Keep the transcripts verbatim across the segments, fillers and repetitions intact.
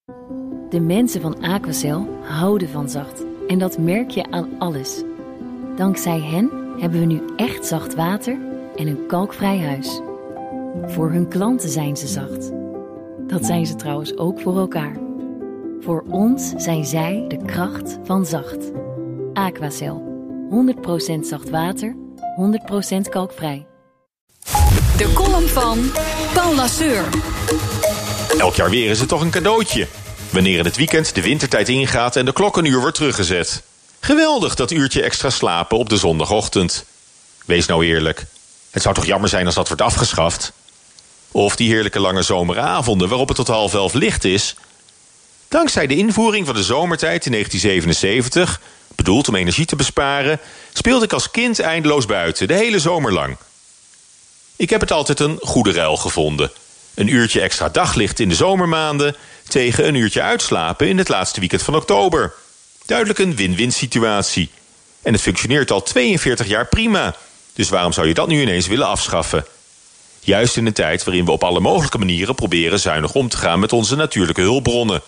De mensen van Aquacel houden van zacht. En dat merk je aan alles. Dankzij hen hebben we nu echt zacht water en een kalkvrij huis. Voor hun klanten zijn ze zacht. Dat zijn ze trouwens ook voor elkaar. Voor ons zijn zij de kracht van zacht. Aquacel. honderd procent zacht water, honderd procent kalkvrij. De column van Paul Lasseur. Elk jaar weer is het toch een cadeautje. Wanneer in het weekend de wintertijd ingaat en de klok een uur wordt teruggezet. Geweldig, dat uurtje extra slapen op de zondagochtend. Wees nou eerlijk. Het zou toch jammer zijn als dat wordt afgeschaft? Of die heerlijke lange zomeravonden waarop het tot half elf licht is. Dankzij de invoering van de zomertijd in negentien zevenenzeventig... bedoeld om energie te besparen, speelde ik als kind eindeloos buiten, de hele zomer lang. Ik heb het altijd een goede ruil gevonden. Een uurtje extra daglicht in de zomermaanden tegen een uurtje uitslapen in het laatste weekend van oktober. Duidelijk een win-win situatie. En het functioneert al tweeënveertig jaar prima. Dus waarom zou je dat nu ineens willen afschaffen? Juist in een tijd waarin we op alle mogelijke manieren proberen zuinig om te gaan met onze natuurlijke hulpbronnen.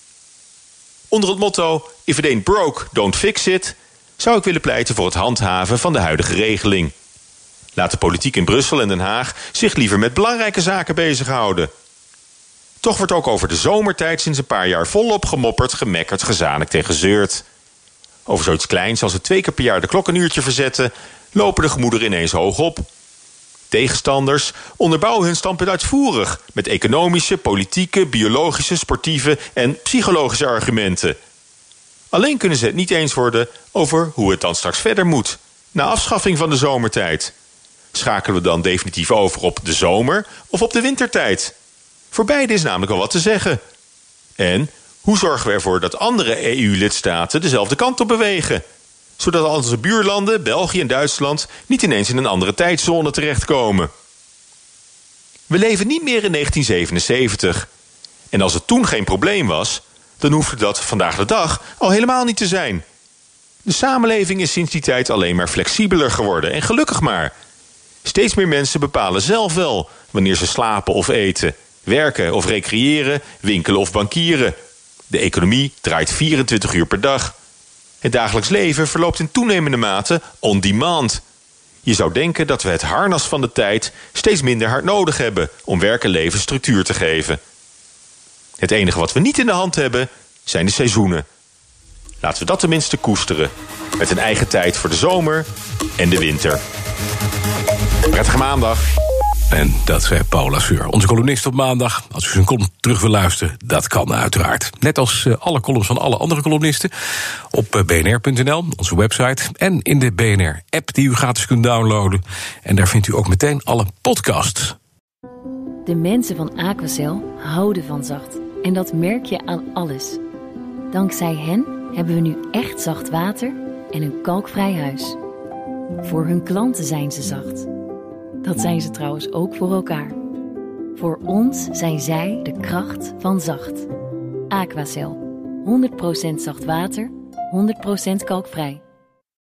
Onder het motto If it ain't broke, don't fix it, zou ik willen pleiten voor het handhaven van de huidige regeling. Laat de politiek in Brussel en Den Haag zich liever met belangrijke zaken bezighouden. Toch wordt ook over de zomertijd sinds een paar jaar volop gemopperd, gemekkerd, gezamenlijk en gezeurd. Over zoiets kleins als het twee keer per jaar de klok een uurtje verzetten, lopen de gemoederen ineens hoog op. Tegenstanders onderbouwen hun standpunt uitvoerig met economische, politieke, biologische, sportieve en psychologische argumenten. Alleen kunnen ze het niet eens worden over hoe het dan straks verder moet, na afschaffing van de zomertijd. Schakelen we dan definitief over op de zomer of op de wintertijd? Voor beide is namelijk al wat te zeggen. En hoe zorgen we ervoor dat andere E U-lidstaten dezelfde kant op bewegen? Zodat onze buurlanden, België en Duitsland, niet ineens in een andere tijdzone terechtkomen. We leven niet meer in negentien zevenenzeventig. En als het toen geen probleem was, dan hoeft dat vandaag de dag al helemaal niet te zijn. De samenleving is sinds die tijd alleen maar flexibeler geworden. En gelukkig maar. Steeds meer mensen bepalen zelf wel wanneer ze slapen of eten, werken of recreëren, winkelen of bankieren. De economie draait vierentwintig uur per dag. Het dagelijks leven verloopt in toenemende mate on demand. Je zou denken dat we het harnas van de tijd steeds minder hard nodig hebben om werk en leven structuur te geven. Het enige wat we niet in de hand hebben zijn de seizoenen. Laten we dat tenminste koesteren. Met een eigen tijd voor de zomer en de winter. Prettige maandag. En dat zei Paul Lasseur, onze columnist op maandag. Als u zijn column terug wil luisteren, dat kan uiteraard. Net als alle columns van alle andere columnisten op b n r punt n l, onze website, en in de B N R-app die u gratis kunt downloaden. En daar vindt u ook meteen alle podcasts. De mensen van Aquacel houden van zacht. En dat merk je aan alles. Dankzij hen hebben we nu echt zacht water en een kalkvrij huis. Voor hun klanten zijn ze zacht. Dat zijn ze trouwens ook voor elkaar. Voor ons zijn zij de kracht van zacht. Aquacel. honderd procent zacht water, honderd procent kalkvrij.